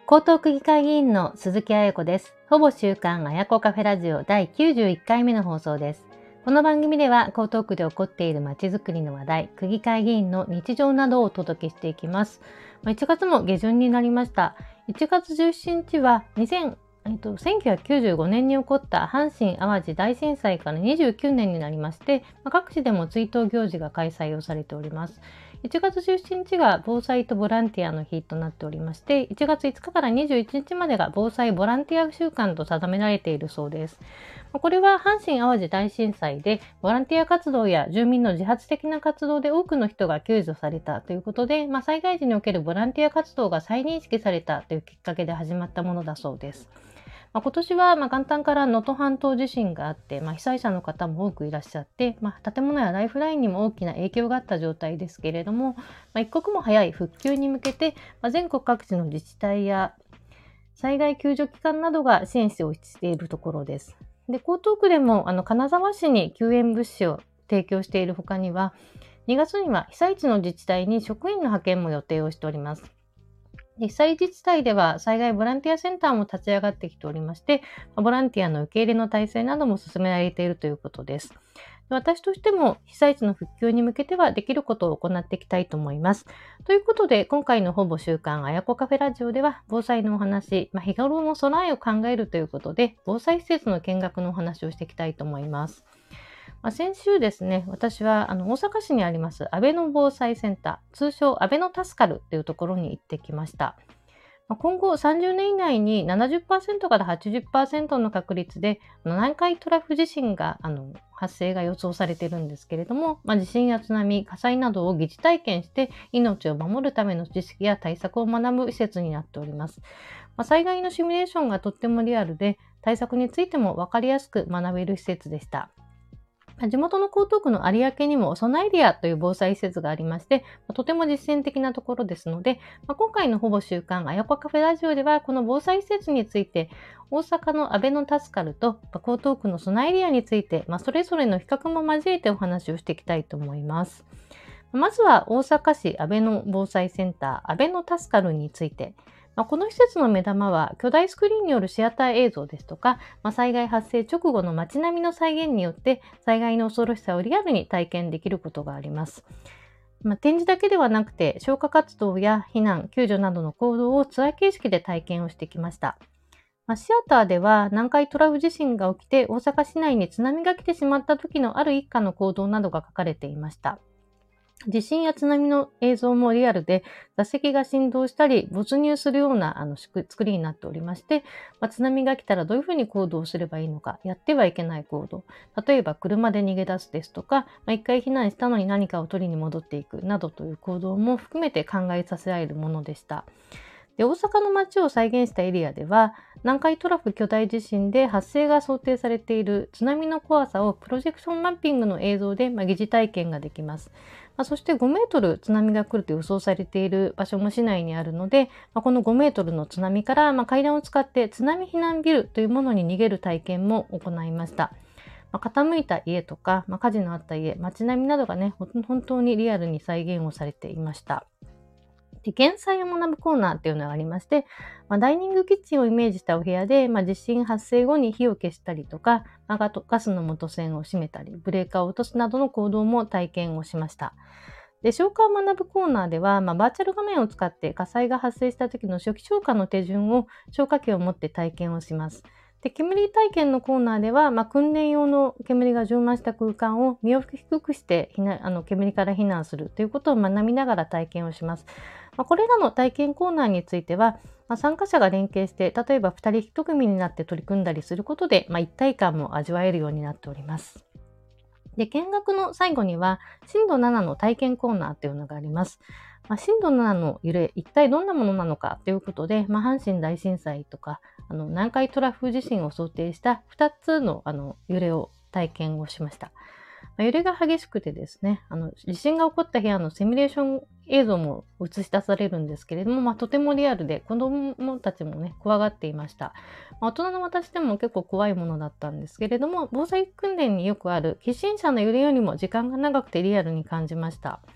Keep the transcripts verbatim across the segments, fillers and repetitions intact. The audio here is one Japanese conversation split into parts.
江東区議会議員の鈴木彩子です。ほぼ週刊彩子カフェラジオだいきゅうじゅういっかいめの放送です。この番組では江東区で起こっているまちづくりの話題、区議会議員の日常などをお届けしていきます。いちがつも下旬になりました。いちがつじゅうしちにちはにせんえっと、せんきゅうひゃくきゅうじゅうごねんに起こった阪神・淡路大震災からにじゅうきゅうねんになりまして、各地でも追悼行事が開催をされております。いちがつじゅうしちにちが防災とボランティアの日となっておりまして、いちがついつかからにじゅういちにちまでが防災ボランティア週間と定められているそうです。これは阪神・淡路大震災でボランティア活動や住民の自発的な活動で多くの人が救助されたということで、まあ、災害時におけるボランティア活動が再認識されたというきっかけで始まったものだそうです。まあ、今年はまあ元旦から能登半島地震があって、まあ、被災者の方も多くいらっしゃって、まあ、建物やライフラインにも大きな影響があった状態ですけれども、まあ、一刻も早い復旧に向けて、まあ、全国各地の自治体や災害救助機関などが支援しているところです。で、江東区でもあの金沢市に救援物資を提供している他には、にがつには被災地の自治体に職員の派遣も予定をしております。被災自治体では災害ボランティアセンターも立ち上がってきておりまして、ボランティアの受け入れの体制なども進められているということです。私としても被災地の復旧に向けてはできることを行っていきたいと思います。ということで、今回のほぼ週刊彩子カフェラジオでは防災のお話、まあ、日頃の備えを考えるということで、防災施設の見学のお話をしていきたいと思います。まあ、先週ですね、私はあの大阪市にあります安倍の防災センター、通称安倍の助かるというところに行ってきました。まあ、今後さんじゅうねん以内に ななじゅっパーセント から はちじゅっパーセント の確率で南海トラフ地震があの発生が予想されているんですけれども、まあ、地震や津波、火災などを疑似体験して命を守るための知識や対策を学ぶ施設になっております。まあ、災害のシミュレーションがとってもリアルで、対策についても分かりやすく学べる施設でした。地元の江東区の有明にも備えエリアという防災施設がありまして、とても実践的なところですので、今回のほぼ週刊彩子カフェラジオではこの防災施設について、大阪の安倍の助かると江東区の備えエリアについて、それぞれの比較も交えてお話をしていきたいと思います。まずは大阪市安倍の防災センター安倍の助かるについて、この施設の目玉は巨大スクリーンによるシアター映像ですとか、災害発生直後の街並みの再現によって災害の恐ろしさをリアルに体験できることがあります。まあ、展示だけではなくて消火活動や避難、救助などの行動をツアー形式で体験をしてきました。まあ、シアターでは南海トラフ地震が起きて大阪市内に津波が来てしまった時のある一家の行動などが書かれていました。地震や津波の映像もリアルで、座席が振動したり没入するようなあの作りになっておりまして、まあ、津波が来たらどういうふうに行動すればいいのか、やってはいけない行動、例えば車で逃げ出すですとか、まあ、一回避難したのに何かを取りに戻っていくなどという行動も含めて考えさせられるものでした。で、大阪の街を再現したエリアでは、南海トラフ巨大地震で発生が想定されている津波の怖さをプロジェクションマッピングの映像で、まあ、疑似体験ができます。まあ、そしてごメートル津波が来ると予想されている場所も市内にあるので、まあ、このごメートルの津波から、まあ、階段を使って津波避難ビルというものに逃げる体験も行いました。まあ、傾いた家とか、まあ、火事のあった家、街並みなどがね、本当にリアルに再現をされていました。で、減災を学ぶコーナーっていうのがありまして、まあ、ダイニングキッチンをイメージしたお部屋で、まあ、地震発生後に火を消したりとか、まあ、ガスの元栓を閉めたり、ブレーカーを落とすなどの行動も体験をしました。で、消火を学ぶコーナーでは、まあ、バーチャル画面を使って火災が発生した時の初期消火の手順を消火器を持って体験をします。で、煙体験のコーナーでは、まあ、訓練用の煙が充満した空間を身を低くして避難あの煙から避難するということを学びながら体験をします。まあ、これらの体験コーナーについては、まあ、参加者が連携して、例えばふたりいち組になって取り組んだりすることで、まあ、一体感も味わえるようになっております。で、見学の最後には、震度ななの体験コーナーというのがあります。まあ、震度ななの揺れ、一体どんなものなのかということで、まあ、阪神大震災とか、あの南海トラフ地震を想定したふたつの、あの揺れを体験をしました。まあ、揺れが激しくてですね、あの地震が起こった部屋のシミュレーション映像も映し出されるんですけれども、まあ、とてもリアルで子どもたちもね怖がっていました。まあ、大人の私でも結構怖いものだったんですけれども、防災訓練によくある寄進者の揺れよりも時間が長くてリアルに感じました。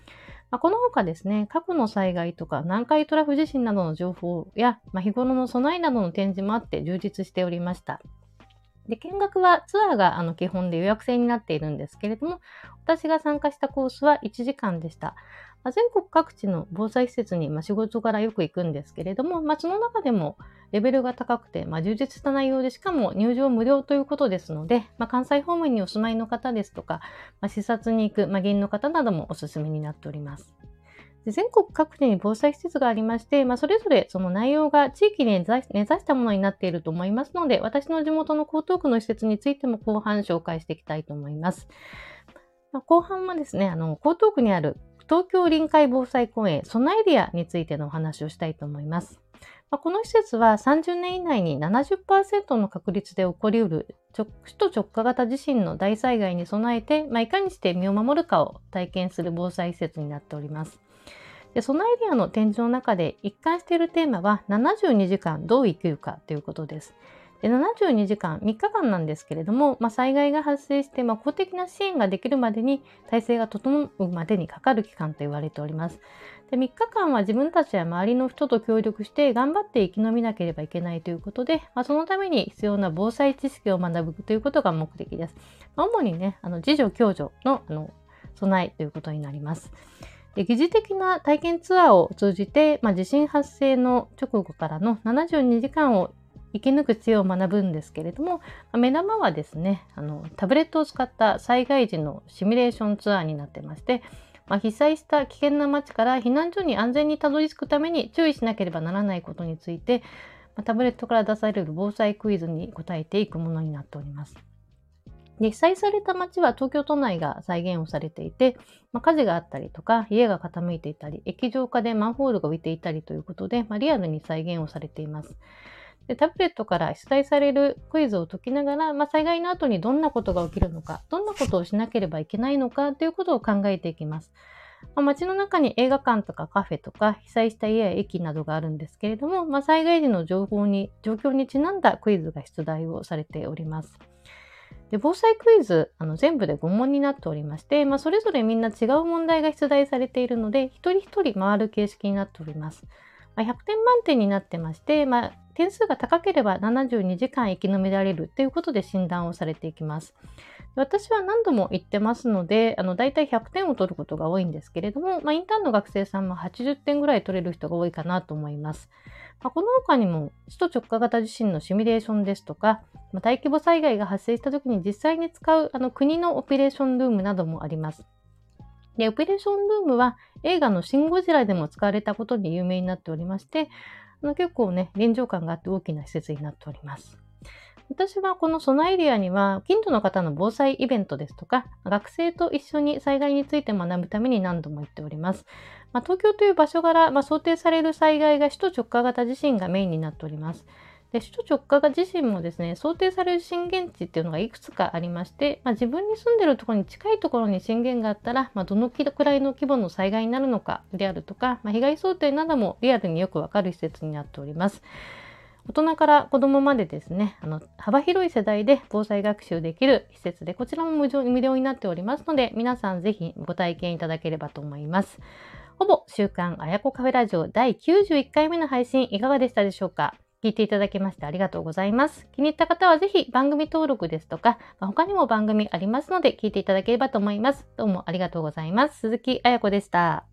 まあ、この他ですね、過去の災害とか南海トラフ地震などの情報や、まあ、日頃の備えなどの展示もあって充実しておりました。で、見学はツアーがあの基本で予約制になっているんですけれども、私が参加したコースはいちじかんでした。まあ、全国各地の防災施設に、まあ、仕事からよく行くんですけれども、まあ、その中でもレベルが高くて、まあ、充実した内容で、しかも入場無料ということですので、まあ、関西方面にお住まいの方ですとか、まあ、視察に行く、まあ、議員の方などもおすすめになっております。で、全国各地に防災施設がありまして、まあ、それぞれその内容が地域に根ざしたものになっていると思いますので、私の地元の江東区の施設についても後半紹介していきたいと思います。まあ、後半はですね、あの江東区にある東京臨海防災公園備えエリアについてのお話をしたいと思います。まあ、この施設はさんじゅうねん以内に ななじゅっパーセント の確率で起こりうる首都直下型地震の大災害に備えて、まあ、いかにして身を守るかを体験する防災施設になっております。で、備えエリアの展示の中で一貫しているテーマはななじゅうにじかんどう生きるかということです。で、ななじゅうにじかん、みっかかんなんですけれども、まあ、災害が発生して、まあ、公的な支援ができるまでに体制が整うまでにかかる期間と言われております。で、みっかかんは自分たちや周りの人と協力して頑張って生き延びなければいけないということで、まあ、そのために必要な防災知識を学ぶということが目的です。まあ、主にね、あの自助共助の、あの備えということになります。で、疑似的な体験ツアーを通じて、まあ、地震発生の直後からのななじゅうにじかんを生き抜く知恵を学ぶんですけれども、まあ、目玉はですね、あのタブレットを使った災害時のシミュレーションツアーになってまして、まあ、被災した危険な街から避難所に安全にたどり着くために注意しなければならないことについて、まあ、タブレットから出される防災クイズに答えていくものになっております。で、被災された街は東京都内が再現をされていて、まあ、火事があったりとか、家が傾いていたり、液状化でマンホールが浮いていたりということで、まあ、リアルに再現をされています。で、タブレットから出題されるクイズを解きながら、まあ、災害の後にどんなことが起きるのか、どんなことをしなければいけないのかということを考えていきます。まあ、街の中に映画館とかカフェとか被災した家や駅などがあるんですけれども、まあ、災害時の情報に、状況にちなんだクイズが出題をされております。で、防災クイズ、あの全部でごもんになっておりまして、まあ、それぞれみんな違う問題が出題されているので、一人一人回る形式になっております。まあ、ひゃくてん満点になってまして、まあ、点数が高ければななじゅうにじかん生き延びられるということで診断をされていきます。私は何度も行ってますので、あのだいたいひゃくてんを取ることが多いんですけれども、まあ、インターンの学生さんもはちじゅってんぐらい取れる人が多いかなと思います。まあ、この他にも首都直下型地震のシミュレーションですとか、まあ、大規模災害が発生した時に実際に使うあの国のオペレーションルームなどもあります。で、オペレーションルームは映画のシン・ゴジラでも使われたことで有名になっておりまして、あの結構ね、臨場感があって大きな施設になっております。私はこの備えエリアには近所の方の防災イベントですとか、学生と一緒に災害について学ぶために何度も行っております。まあ、東京という場所柄、まあ、想定される災害が首都直下型地震がメインになっております。で、首都直下型地震もですね、想定される震源地っていうのがいくつかありまして、まあ、自分に住んでいるところに近いところに震源があったら、まあ、どのくらいの規模の災害になるのかであるとか、まあ、被害想定などもリアルによくわかる施設になっております。大人から子どもまでですね、あの幅広い世代で防災学習できる施設で、こちらも無料無料になっておりますので、皆さんぜひご体験いただければと思います。ほぼ週刊あやこカフェラジオだいきゅうじゅういっかいめの配信いかがでしたでしょうか。聞いていただきましてありがとうございます。気に入った方はぜひ番組登録ですとか、他にも番組ありますので聞いていただければと思います。どうもありがとうございます。鈴木あやこでした。